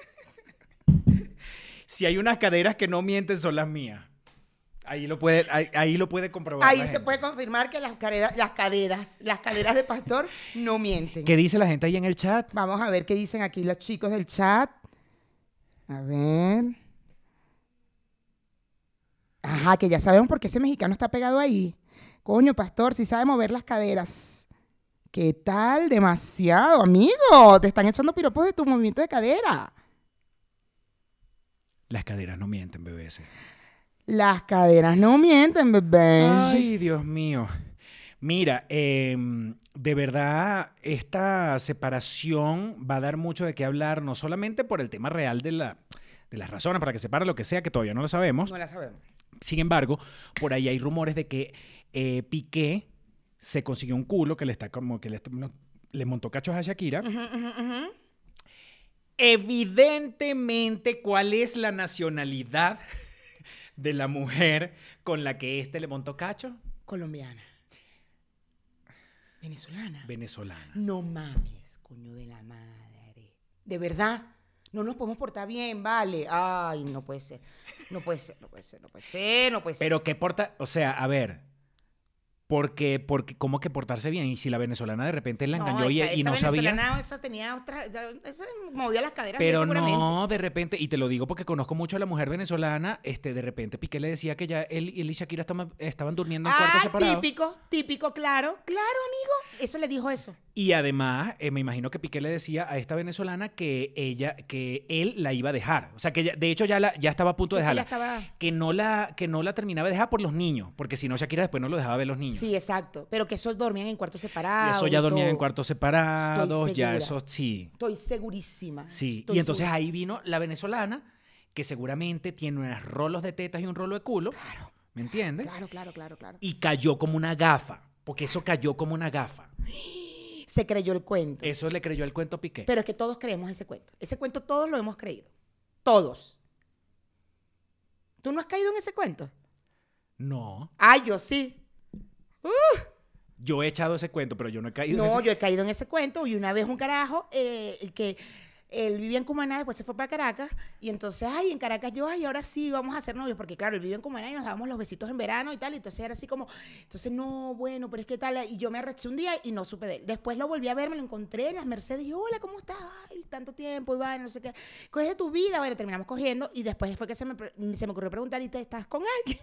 Si hay unas caderas que no mienten, son las mías. Ahí lo puede, ahí, ahí lo puede comprobar. Ahí la se gente. puede confirmar que las caderas, las caderas, las caderas de Pastor no mienten. ¿Qué dice la gente ahí en el chat? Vamos a ver qué dicen aquí los chicos del chat. A ver. Ajá, que ya sabemos por qué ese mexicano está pegado ahí. Coño, Pastor, si sabe mover las caderas. ¿Qué tal? Demasiado, amigo. Te están echando piropos de tu movimiento de cadera. Las caderas no mienten, bebés. Las caderas no mienten, bebé. Ay, Dios mío. Mira, eh, de verdad, esta separación va a dar mucho de qué hablar, no solamente por el tema real de, la, de las razones para que se separe lo que sea, que todavía no lo sabemos. No la sabemos. Sin embargo, por ahí hay rumores de que eh, Piqué se consiguió un culo que le está como que le, está- le montó cachos a Shakira. Ujú, ujú, ujú. Evidentemente, ¿cuál es la nacionalidad de la mujer con la que este le montó cacho? Colombiana. Venezolana. Venezolana. No mames, coño de la madre. ¿De verdad? No nos podemos portar bien, vale. Ay, no puede ser. No puede ser, no puede ser, no puede ser, no puede ser. Pero qué porta, o sea, a ver, porque, porque, ¿cómo que portarse bien? Y si la venezolana de repente la engañó y, esa, y esa no sabía. venezolana, esa tenía otra, ya- esa movía las caderas bien Pero seguramente. no, de repente, y te lo digo porque conozco mucho a la mujer venezolana, este, de repente Piqué le decía que ya él, él y Shakira estaban, estaban durmiendo en cuartos Ah, separados. típico, típico, claro, claro, amigo. Eso le dijo eso. Y además, eh, me imagino que Piqué le decía a esta venezolana que ella, que él la iba a dejar. O sea, que ella- de hecho ya, la, ya estaba a punto de Que eso ya dejarla. estaba... Que no, la, que no la terminaba de dejar por los niños. Porque si no, Shakira después no lo dejaba ver los niños. Sí, exacto. Pero que esos dormían en cuartos Y separados. eso ya y dormían en todo. cuartos separados, ya segura. eso sí. Estoy segurísima. Sí. estoy Y entonces segura. ahí vino la venezolana, que seguramente tiene unos rolos de tetas y un rolo de culo. Claro. ¿Me entiendes? Claro, claro, claro, claro. Y cayó como una gafa. Porque eso cayó como una gafa. Se creyó el cuento. Eso le creyó el cuento a Piqué. Pero es que todos creemos ese cuento. Ese cuento todos lo hemos creído. Todos. ¿Tú no has caído en ese cuento? No. Ah, yo sí. Yo he echado ese cuento, pero yo no he caído en No, ese... yo he caído en ese cuento y una vez un carajo eh, que él vivía en Cumaná, después se fue para Caracas y entonces, ay, en Caracas yo, ay, ahora sí vamos a ser novios, porque claro, él vivía en Cumaná y nos dábamos los besitos en verano y tal, y entonces era así como, entonces no, bueno, pero es que tal, y yo me arreché un día y no supe de él. Después lo volví a ver, me lo encontré en las Mercedes y yo, hola, ¿cómo estás? Ay, tanto tiempo, Iván, no sé qué. ¿Qué es de tu vida? Bueno, terminamos cogiendo y después fue que se me, pre- se me ocurrió preguntar, ¿y te estás con alguien?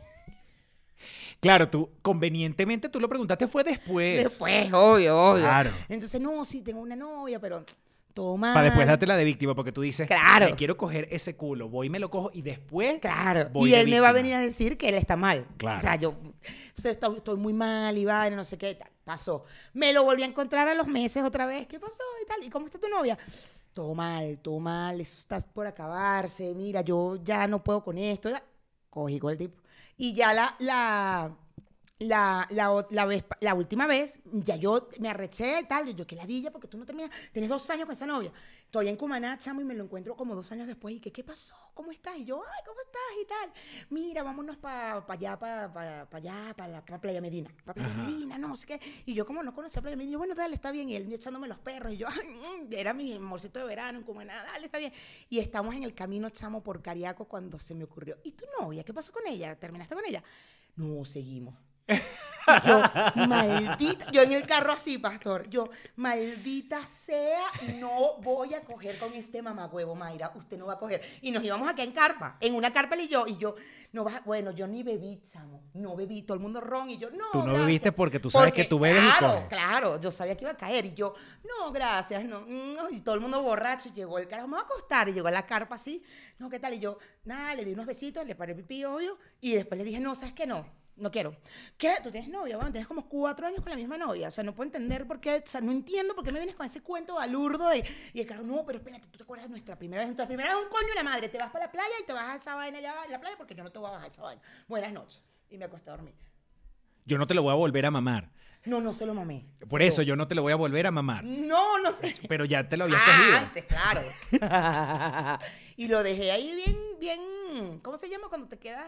Claro, tú, convenientemente, tú lo preguntaste fue después. Después, obvio, obvio. Claro. Entonces, no, sí, tengo una novia, pero todo mal. Para después darte la de víctima, porque tú dices, Claro. me quiero coger ese culo, voy y me lo cojo y después Claro, voy y de él me va a víctima. venir a decir que él está mal. Claro. O sea, yo o sea, estoy, estoy muy mal, Iván, no sé qué, tal. Pasó. Me lo volví a encontrar a los meses otra vez. ¿Qué pasó? Y tal. ¿Y cómo está tu novia? Todo mal, todo mal, eso está por acabarse. Mira, yo ya no puedo con esto. Ya. Cogí con el tipo. Y ya la, la, la, la, ot- la, vez, la última vez, ya yo me arreché y tal. Y yo, qué ladilla, porque tú no terminas. Tienes dos años con esa novia. Estoy en Cumaná, chamo, y me lo encuentro como dos años después. Y que, ¿qué pasó? ¿Cómo estás? Y yo, ay, ¿cómo estás? Y tal. Mira, vámonos para pa allá, para pa, pa allá, para la pa Playa Medina. Para Playa Ajá. Medina, no sé qué. Y yo, como no conocía Playa Medina, yo, bueno, dale, está bien. Y él echándome los perros. Y yo, ay, mm, era mi amorcito de verano en Cumaná, dale, está bien. Y estamos en el camino, chamo, por Cariaco cuando se me ocurrió. ¿Y tu novia? ¿Qué pasó con ella? ¿Terminaste con ella? No, seguimos. Yo, maldita, yo en el carro así, pastor, yo, maldita sea, no voy a coger con este mamagüevo, Mayra, usted no va a coger. Y nos íbamos acá en carpa, en una carpa él y yo, y yo, no vas a- bueno, yo ni bebí, chamo, no bebí, todo el mundo ron, y yo, no, Tú no gracias. bebiste porque tú sabes que tú bebes y claro, coges. Claro, yo sabía que iba a caer, y yo, no, gracias, no, no, y todo el mundo borracho, y llegó el carajo, me voy a acostar, y llegó a la carpa así, no, ¿qué tal? Y yo, nada, le di unos besitos, le paré pipí, obvio, y después le dije, no, ¿sabes qué? No. No quiero. ¿Qué? ¿Tú tienes novia? Bueno, tienes como cuatro años con la misma novia. O sea, no puedo entender por qué, o sea, no entiendo por qué me vienes con ese cuento balurdo de, y el carajo, no, pero espérate, ¿tú te acuerdas de nuestra primera vez? Nuestra primera vez un coño y la madre, te vas para la playa y te vas a esa vaina allá en la playa porque yo no te voy a bajar esa vaina. Buenas noches. Y me acosté a dormir. Yo no te lo voy a volver a mamar. No, no se lo mamé. Por Se eso lo- yo no te lo voy a volver a mamar. No, no sé. Pero ya te lo habías Ah, cogido. antes, claro. Y lo dejé ahí bien, bien, ¿cómo se llama cuando te quedas?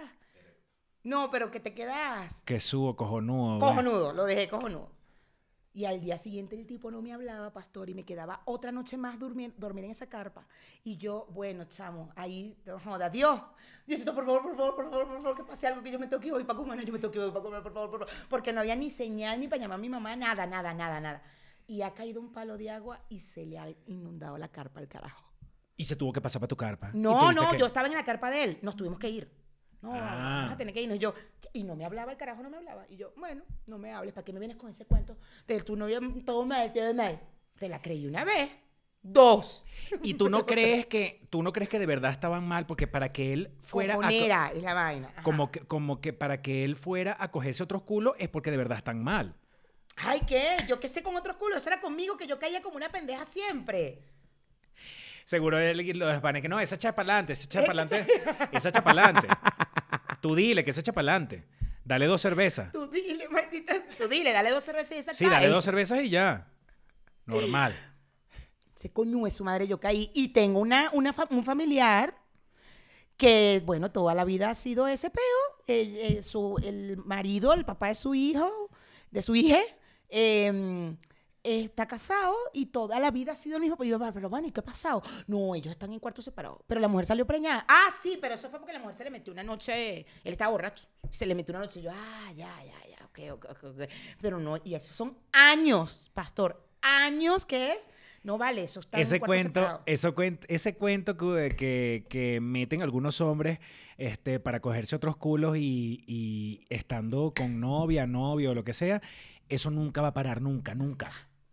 No, pero que te quedas Que subo cojonudo. güey. cojonudo, lo dejé cojonudo. Y al día siguiente el tipo no me hablaba, pastor, y me quedaba otra noche más dormir, dormir en esa carpa. Y yo, bueno, chamo, ahí, no joda, Dios, Diosito, por favor, por favor, por favor, por favor, que pase algo, que yo me tengo que ir hoy para Cumaná, yo me tengo que ir hoy para Cumaná, por favor, por favor. Porque no había ni señal ni para llamar a mi mamá, nada, nada, nada, nada. Y ha caído un palo de agua y se le ha inundado la carpa al carajo. Y se tuvo que pasar para tu carpa. Y No, tuviste no, que- yo estaba en la carpa de él. Nos tuvimos que ir. No, Ah. vamos a tener que irnos. Y yo, y no me hablaba, el carajo no me hablaba. Y yo, bueno, no me hables, ¿para qué me vienes con ese cuento de tu novia todo mal, todo mal? Te la creí una vez. Dos. Y tú no crees que tú no crees que de verdad estaban mal porque para que él fuera a co- Cojonera es la vaina. Ajá. como que como que para que él fuera a cogerse otros culos es porque de verdad están mal. Ay, ¿qué? Yo qué sé con otros culos. Eso era conmigo que yo caía como una pendeja siempre. Seguro él y los panes que no, esa echa para adelante, esa echa Esa para adelante, esa echa para adelante. Tú dile que esa echa para adelante. Dale dos cervezas. Tú dile, maldita. Tú dile, dale dos cervezas y esa Sí, cae. dale dos cervezas y ya. Normal. Ese coño es su madre, yo caí. Y tengo una, una fa- un familiar que, bueno, toda la vida ha sido ese peo. El, el- su, el marido, el papá de su hijo, de su hija, eh, está casado y toda la vida ha sido el mismo. Pero yo, pero bueno, ¿y qué ha pasado? No, ellos están en cuartos separados. Pero la mujer salió preñada. Ah, sí, pero eso fue porque la mujer se le metió una noche, él estaba borracho, se le metió una noche. Y yo, ah, ya, ya, ya, ok, ok, ok. ok. Pero no, y esos son años, pastor, años que es. No vale, eso está en Ese un cuarto cuento, separado. eso cuen- ese cuento que, que, que meten algunos hombres este, para cogerse otros culos y, y estando con novia, novio o lo que sea, eso nunca va a parar, nunca, nunca.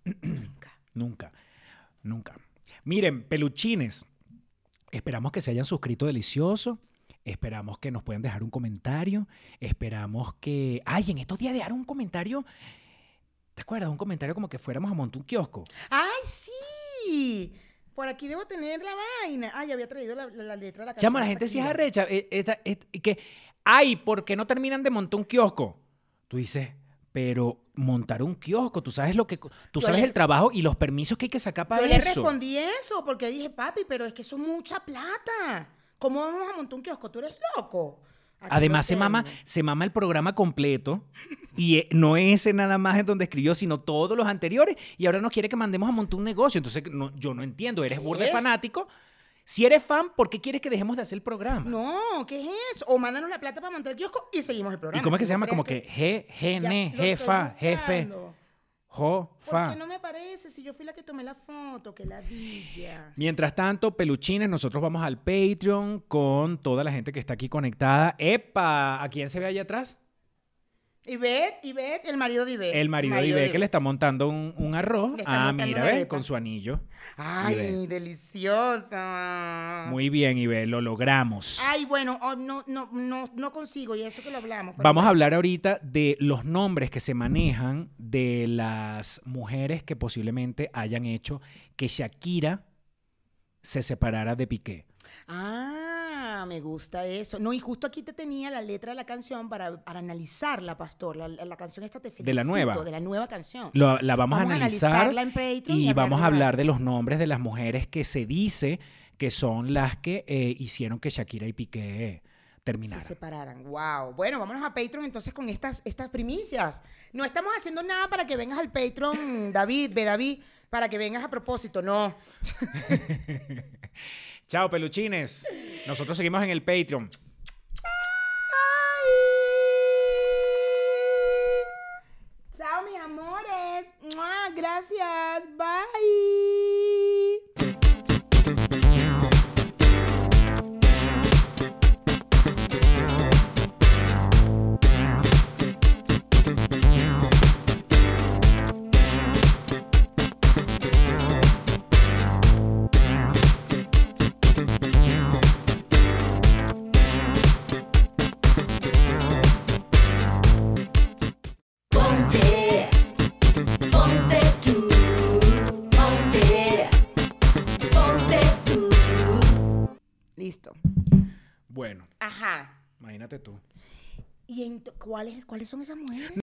Nunca. Nunca, nunca. Miren, peluchines, esperamos que se hayan suscrito delicioso. Esperamos que nos puedan dejar un comentario. Esperamos que... Ay, en estos días dejaron un comentario... ¿Te acuerdas? Un comentario como que fuéramos a montar un kiosco. ¡Ay, sí! Por aquí debo tener la vaina. Ay, había traído la, la- la letra de la canción. Chamo, la de gente sí es Shakira. arrecha. eh, esta- et- que, ay, ¿por qué no terminan de montar un kiosco? Tú dices, pero montar un kiosco, tú sabes lo que... Tú Yo sabes le- el trabajo y los permisos que hay que sacar para Yo eso. le respondí eso porque dije, papi, pero es que eso es mucha plata. ¿Cómo vamos a montar un kiosco? ¿Tú eres loco? Aquí Además, lo se mama, tengo. se mama el programa completo y eh, no ese nada más en donde escribió, sino todos los anteriores. Y ahora nos quiere que mandemos a montar un negocio. Entonces, no- yo no entiendo. ¿Eres burda de ¿Qué? fanático? Si eres fan, ¿por qué quieres que dejemos de hacer el programa? No, ¿qué es eso? O mándanos la plata para montar el kiosco y seguimos el ¿Y programa. cómo es que ¿Tú se no llama? crees Como que G, Ya, G, N, lo estoy jefa, jefe, buscando. jo, ¿Por fa. qué no me parece? Si yo fui la que tomé la foto, que la villa. Mientras tanto, peluchines, nosotros vamos al Patreon con toda la gente que está aquí conectada. ¡Epa! ¿A quién se ve allá atrás? Ivette, Ivette, el marido de Ivette. El marido de Ibe que le está montando un, un arroz. Le está Ah, montando mira, una ve, arepa. con su anillo. Ay, Ivette. deliciosa. Muy bien, Ibe, lo logramos. Ay, bueno, oh, no, no, no, no consigo, y eso que lo hablamos. pero Vamos a bueno. hablar ahorita de los nombres que se manejan de las mujeres que posiblemente hayan hecho que Shakira se separara de Piqué. Ah, me gusta eso. No, y justo aquí te tenía la letra de la canción para, para analizarla, Pastor. La, la canción esta te felicito. ¿De la nueva? De la nueva canción. Lo- la vamos, a analizar analizarla en Patreon y hablar vamos de a hablar más. de los nombres de las mujeres que se dice que son las que eh, hicieron que Shakira y Piqué terminaran. Se separaran. Wow. Bueno, vámonos a Patreon entonces con estas, estas primicias. No estamos haciendo nada para que vengas al Patreon, David, ve David, para que vengas a propósito. No. Chao, peluchines. Nosotros seguimos en el Patreon. Chao, mis amores. ¡Mua! Gracias. Bye. Ponte, ponte tú, ponte, ponte tú. Listo. Bueno, Ajá. imagínate tú. ¿Y ento- cuáles, cuáles son esas mujeres?